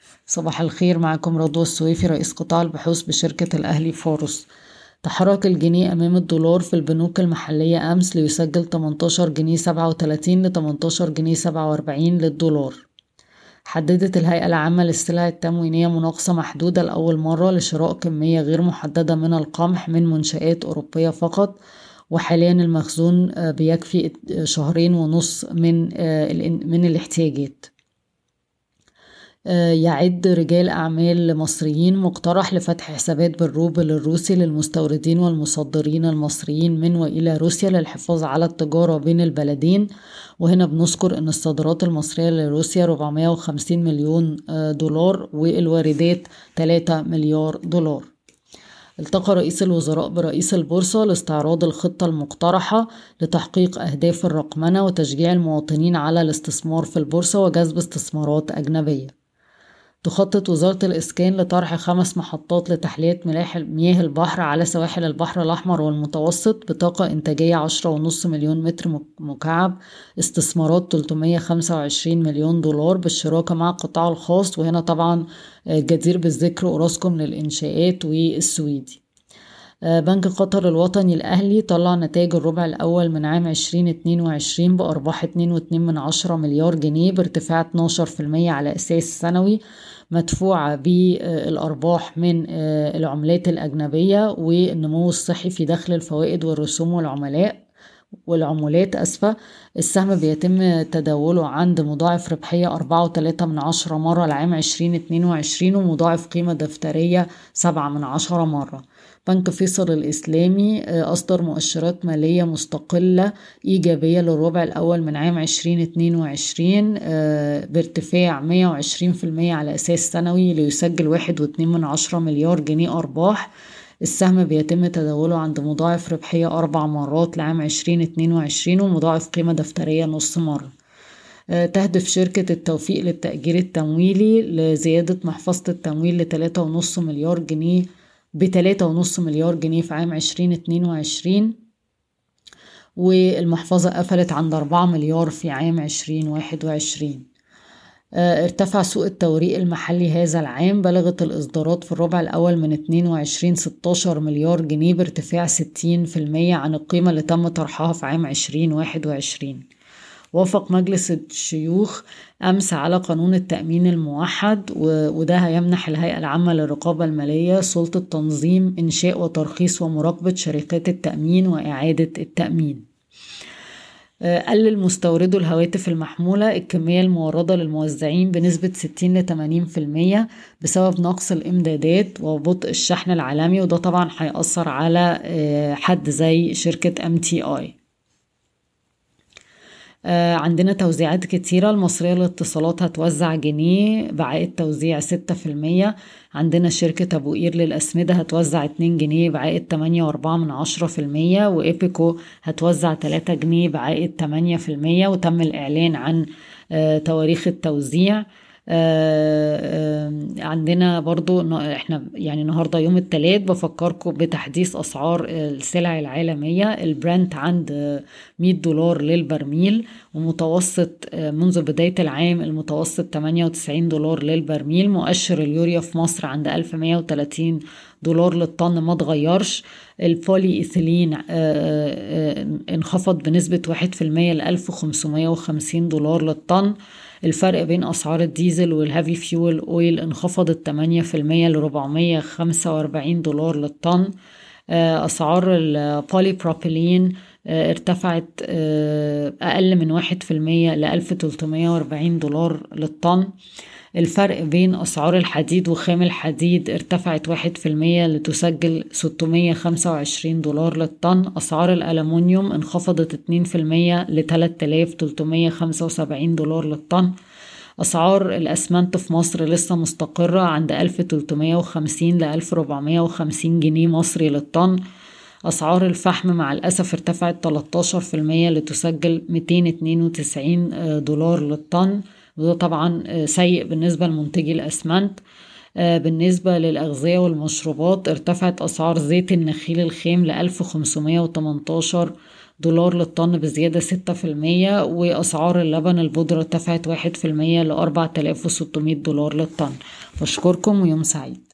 صباح الخير، معكم رضوى السويفي رئيس قطاع البحوث بشركة الأهلي فورس. تحرك الجنيه أمام الدولار في البنوك المحلية أمس ليسجل 18 جنيه 37 ل 18 جنيه 47 للدولار. حددت الهيئة العامة للسلع التموينية مناقصة محدودة لأول مرة لشراء كمية غير محددة من القمح من منشآت أوروبية فقط، وحاليا المخزون بيكفي 2.5 من الاحتياجات. يعد رجال أعمال مصريين مقترح لفتح حسابات بالروبل الروسي للمستوردين والمصدرين المصريين من وإلى روسيا للحفاظ على التجارة بين البلدين. وهنا بنذكر أن الصادرات المصرية لروسيا 450 مليون دولار، والواردات 3 مليار دولار. التقى رئيس الوزراء برئيس البورصة لاستعراض الخطة المقترحة لتحقيق أهداف الرقمنة وتشجيع المواطنين على الاستثمار في البورصة وجذب استثمارات أجنبية. تخطط وزارة الإسكان لطرح 5 محطات لتحلية مياه البحر على سواحل البحر الأحمر والمتوسط بطاقة إنتاجية 10.5 مليون متر مكعب، استثمارات 325 مليون دولار بالشراكة مع القطاع الخاص، وهنا طبعا جدير بالذكر أوراسكوم للإنشاءات والسويدي. بنك قطر الوطني الأهلي طلع نتائج الربع الأول من عام 2022 بأرباح 2.2 مليار جنيه بارتفاع 12% على أساس سنوي، مدفوعة بالأرباح من العملات الأجنبية والنمو الصحي في دخل الفوائد والرسوم والعمولات. السهم بيتم تداوله عند مضاعف ربحية 4.3 مرة لعام 2022 ومضاعف قيمة دفترية 7 مرة. بنك فيصل الإسلامي أصدر مؤشرات مالية مستقلة إيجابية للربع الأول من عام 2022 بارتفاع 120% على أساس سنوي ليسجل 1.2 مليار جنيه أرباح. السهم بيتم تداوله عند مضاعف ربحية 4 مرات لعام 2022 ومضاعف قيمة دفترية نص مرة. تهدف شركة التوفيق للتأجير التمويلي لزيادة محفظة التمويل ل3.5 مليار جنيه ب3.5 مليار جنيه في عام 2022، والمحفظة قفلت عند 4 مليار في عام 2021. ارتفع سوق التوريق المحلي هذا العام، بلغت الإصدارات في الربع الأول من 22 16 مليار جنيه بارتفاع 60% عن القيمة اللي تم طرحها في عام 2021. وافق مجلس الشيوخ أمس على قانون التأمين الموحد، وده هيمنح الهيئة العامة للرقابة المالية سلطة تنظيم إنشاء وترخيص ومراقبة شركات التأمين وإعادة التأمين. قلل مستوردو الهواتف المحمولة الكمية الموردة للموزعين بنسبة 60 ل 80% بسبب نقص الإمدادات وبطء الشحن العالمي، وده طبعا هيأثر على حد زي شركة MTI. عندنا توزيعات كتيرة. المصرية للاتصالات هتوزع جنيه بعائد توزيع 6%. عندنا شركة أبو قير للأسمدة هتوزع 2 جنيه بعائد 8.4%، وإيبيكو هتوزع 3 جنيه بعائد 8%، وتم الإعلان عن تواريخ التوزيع. عندنا برضو احنا يعني النهاردة يوم الثلاث بفكركم بتحديث أسعار السلع العالمية. البرنت عند $100 للبرميل، ومتوسط منذ بداية العام المتوسط $98 للبرميل. مؤشر اليوريا في مصر عند $1130 للطن ما تغيرش. البولي إيثيلين انخفض بنسبة 1% $1550 للطن. الفرق بين أسعار الديزل والهافي فيول أويل انخفضت 8% $445 للطن. أسعار البولي بروبيلين ارتفعت أقل من 1% $1340 للطن. الفرق بين أسعار الحديد وخام الحديد ارتفعت 1% لتسجل $625 للطن. أسعار الألمنيوم انخفضت 2% $3375 للطن. أسعار الأسمنت في مصر لسه مستقرة عند 1350 ل 1450 جنيه مصري للطن. أسعار الفحم مع الأسف ارتفعت 13% لتسجل $292 للطن، وده طبعا سيء بالنسبة لمنتجي الأسمنت. بالنسبة للأغذية والمشروبات ارتفعت أسعار زيت النخيل الخام $1518 دولار للطن بزيادة 6%، وأسعار اللبن البودرة ارتفعت 1% ل4600 دولار للطن. بشكركم ويوم سعيد.